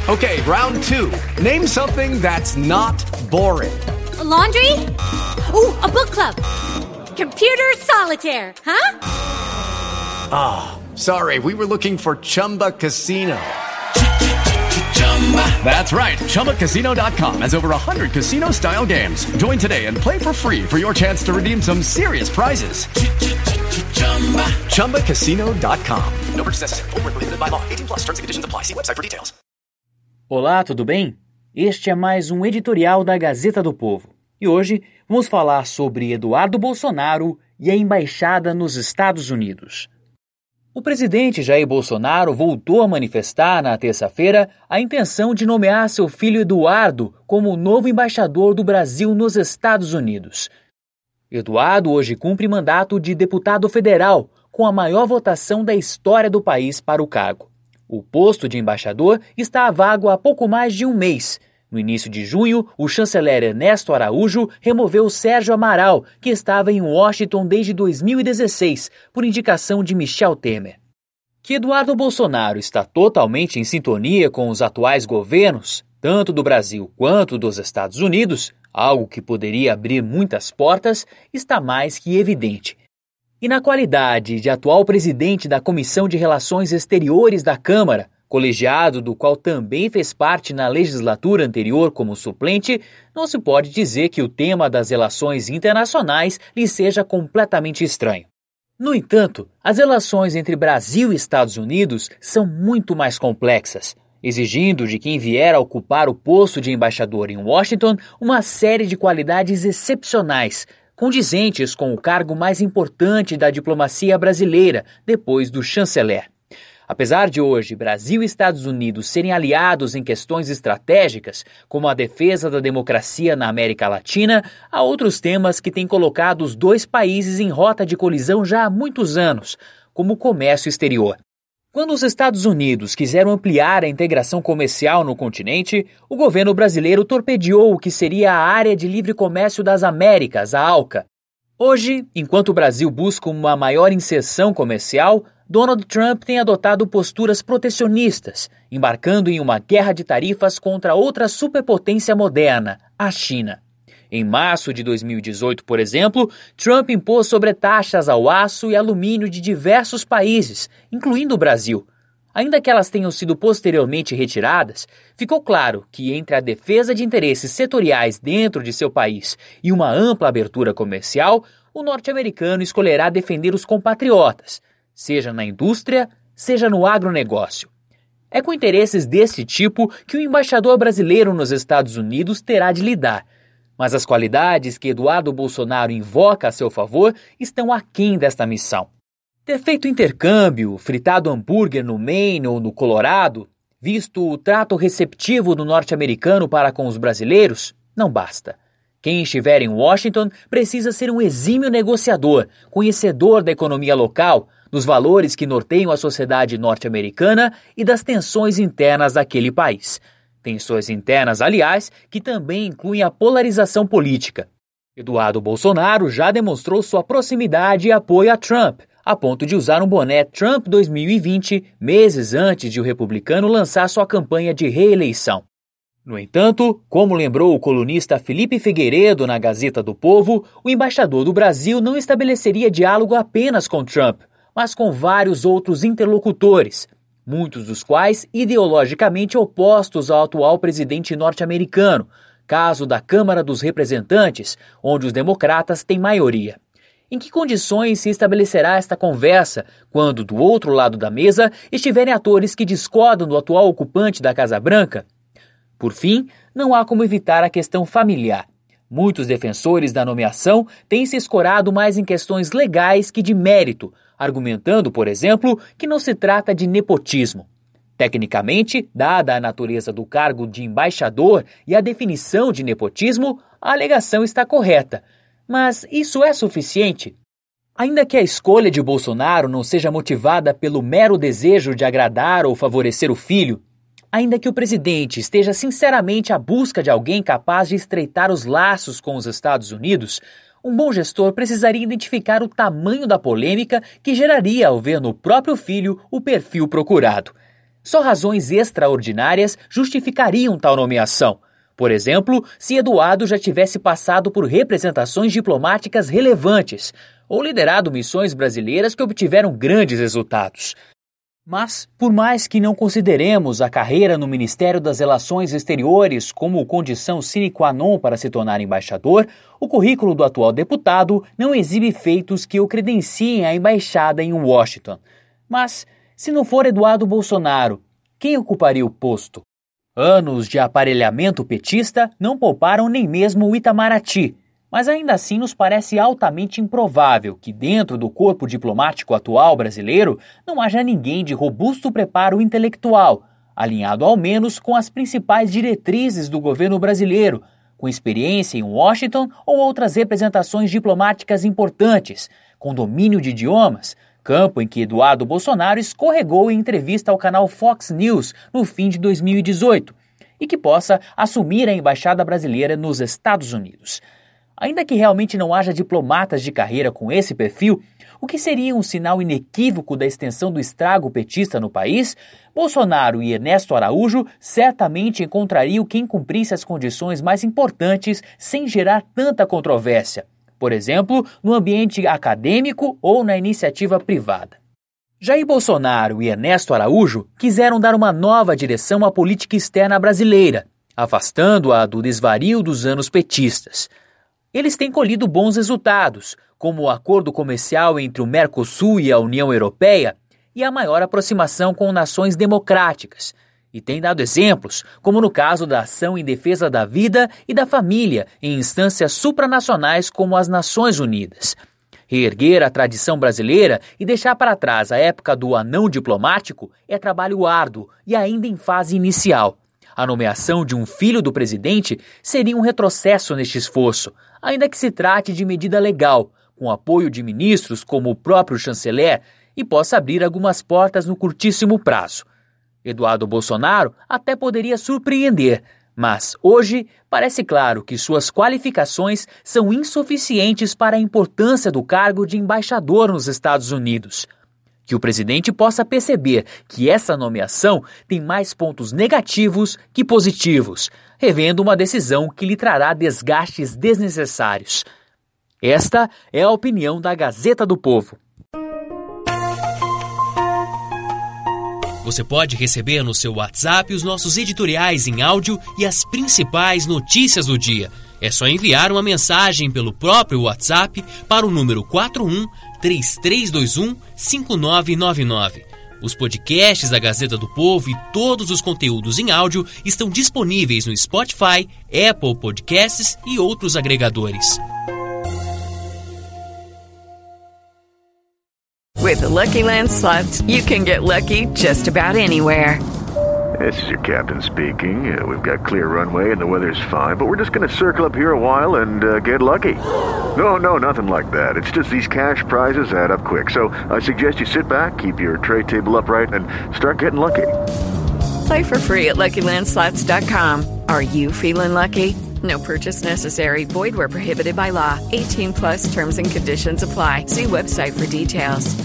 Okay, round two. Name something that's not boring. A laundry? Ooh, a book club. Computer solitaire, huh? Ah, sorry, we were looking for Chumba Casino. That's right, ChumbaCasino.com has over 100 casino-style games. Join today and play for free for your chance to redeem some serious prizes. ChumbaCasino.com. No purchase necessary. Void where prohibited by law. 18+. Terms and conditions apply. See website for details. Olá, tudo bem? Este é mais um editorial da Gazeta do Povo. E hoje vamos falar sobre Eduardo Bolsonaro e a embaixada nos Estados Unidos. O presidente Jair Bolsonaro voltou a manifestar na terça-feira a intenção de nomear seu filho Eduardo como o novo embaixador do Brasil nos Estados Unidos. Eduardo hoje cumpre mandato de deputado federal, com a maior votação da história do país para o cargo. O posto de embaixador está vago há pouco mais de um mês. No início de junho, o chanceler Ernesto Araújo removeu Sérgio Amaral, que estava em Washington desde 2016, por indicação de Michel Temer. Que Eduardo Bolsonaro está totalmente em sintonia com os atuais governos, tanto do Brasil quanto dos Estados Unidos, algo que poderia abrir muitas portas, está mais que evidente. E na qualidade de atual presidente da Comissão de Relações Exteriores da Câmara, colegiado do qual também fez parte na legislatura anterior como suplente, não se pode dizer que o tema das relações internacionais lhe seja completamente estranho. No entanto, as relações entre Brasil e Estados Unidos são muito mais complexas, exigindo de quem vier a ocupar o posto de embaixador em Washington uma série de qualidades excepcionais, condizentes com o cargo mais importante da diplomacia brasileira, depois do chanceler. Apesar de hoje Brasil e Estados Unidos serem aliados em questões estratégicas, como a defesa da democracia na América Latina, há outros temas que têm colocado os dois países em rota de colisão já há muitos anos, como o comércio exterior. Quando os Estados Unidos quiseram ampliar a integração comercial no continente, o governo brasileiro torpedeou o que seria a Área de Livre Comércio das Américas, a ALCA. Hoje, enquanto o Brasil busca uma maior inserção comercial, Donald Trump tem adotado posturas protecionistas, embarcando em uma guerra de tarifas contra outra superpotência moderna, a China. Em março de 2018, por exemplo, Trump impôs sobretaxas ao aço e alumínio de diversos países, incluindo o Brasil. Ainda que elas tenham sido posteriormente retiradas, ficou claro que entre a defesa de interesses setoriais dentro de seu país e uma ampla abertura comercial, o norte-americano escolherá defender os compatriotas, seja na indústria, seja no agronegócio. É com interesses desse tipo que o embaixador brasileiro nos Estados Unidos terá de lidar. Mas as qualidades que Eduardo Bolsonaro invoca a seu favor estão aquém desta missão. Ter feito intercâmbio, fritado hambúrguer no Maine ou no Colorado, visto o trato receptivo do norte-americano para com os brasileiros, não basta. Quem estiver em Washington precisa ser um exímio negociador, conhecedor da economia local, dos valores que norteiam a sociedade norte-americana e das tensões internas daquele país. Tensões internas, aliás, que também incluem a polarização política. Eduardo Bolsonaro já demonstrou sua proximidade e apoio a Trump, a ponto de usar um boné Trump 2020, meses antes de o republicano lançar sua campanha de reeleição. No entanto, como lembrou o colunista Felipe Figueiredo na Gazeta do Povo, o embaixador do Brasil não estabeleceria diálogo apenas com Trump, mas com vários outros interlocutores, muitos dos quais ideologicamente opostos ao atual presidente norte-americano, caso da Câmara dos Representantes, onde os democratas têm maioria. Em que condições se estabelecerá esta conversa quando, do outro lado da mesa, estiverem atores que discordam do atual ocupante da Casa Branca? Por fim, não há como evitar a questão familiar. Muitos defensores da nomeação têm se escorado mais em questões legais que de mérito, argumentando, por exemplo, que não se trata de nepotismo. Tecnicamente, dada a natureza do cargo de embaixador e a definição de nepotismo, a alegação está correta. Mas isso é suficiente? Ainda que a escolha de Bolsonaro não seja motivada pelo mero desejo de agradar ou favorecer o filho, ainda que o presidente esteja sinceramente à busca de alguém capaz de estreitar os laços com os Estados Unidos, um bom gestor precisaria identificar o tamanho da polêmica que geraria ao ver no próprio filho o perfil procurado. Só razões extraordinárias justificariam tal nomeação. Por exemplo, se Eduardo já tivesse passado por representações diplomáticas relevantes ou liderado missões brasileiras que obtiveram grandes resultados. Mas, por mais que não consideremos a carreira no Ministério das Relações Exteriores como condição sine qua non para se tornar embaixador, o currículo do atual deputado não exibe feitos que o credenciem à embaixada em Washington. Mas, se não for Eduardo Bolsonaro, quem ocuparia o posto? Anos de aparelhamento petista não pouparam nem mesmo o Itamaraty, mas ainda assim nos parece altamente improvável que dentro do corpo diplomático atual brasileiro não haja ninguém de robusto preparo intelectual, alinhado ao menos com as principais diretrizes do governo brasileiro, com experiência em Washington ou outras representações diplomáticas importantes, com domínio de idiomas, campo em que Eduardo Bolsonaro escorregou em entrevista ao canal Fox News no fim de 2018, e que possa assumir a embaixada brasileira nos Estados Unidos. Ainda que realmente não haja diplomatas de carreira com esse perfil, o que seria um sinal inequívoco da extensão do estrago petista no país, Bolsonaro e Ernesto Araújo certamente encontrariam quem cumprisse as condições mais importantes sem gerar tanta controvérsia, por exemplo, no ambiente acadêmico ou na iniciativa privada. Jair Bolsonaro e Ernesto Araújo quiseram dar uma nova direção à política externa brasileira, afastando-a do desvario dos anos petistas. Eles têm colhido bons resultados, como o acordo comercial entre o Mercosul e a União Europeia e a maior aproximação com nações democráticas, e têm dado exemplos, como no caso da ação em defesa da vida e da família em instâncias supranacionais como as Nações Unidas. Reerguer a tradição brasileira e deixar para trás a época do anão diplomático é trabalho árduo e ainda em fase inicial. A nomeação de um filho do presidente seria um retrocesso neste esforço, ainda que se trate de medida legal, com apoio de ministros como o próprio chanceler, e possa abrir algumas portas no curtíssimo prazo. Eduardo Bolsonaro até poderia surpreender, mas hoje parece claro que suas qualificações são insuficientes para a importância do cargo de embaixador nos Estados Unidos. Que o presidente possa perceber que essa nomeação tem mais pontos negativos que positivos, revendo uma decisão que lhe trará desgastes desnecessários. Esta é a opinião da Gazeta do Povo. Você pode receber no seu WhatsApp os nossos editoriais em áudio e as principais notícias do dia. É só enviar uma mensagem pelo próprio WhatsApp para o número 41-3321-5999. Os podcasts da Gazeta do Povo e todos os conteúdos em áudio estão disponíveis no Spotify, Apple Podcasts e outros agregadores. With the Lucky Land Slots, you can get lucky just about anywhere. This is your captain speaking. We've got clear runway and the weather's fine, but we're just going to circle up here a while and get lucky. No, nothing like that. It's just these cash prizes add up quick. So I suggest you sit back, keep your tray table upright, and start getting lucky. Play for free at LuckyLandSlots.com. Are you feeling lucky? No purchase necessary. Void where prohibited by law. 18+ terms and conditions apply. See website for details.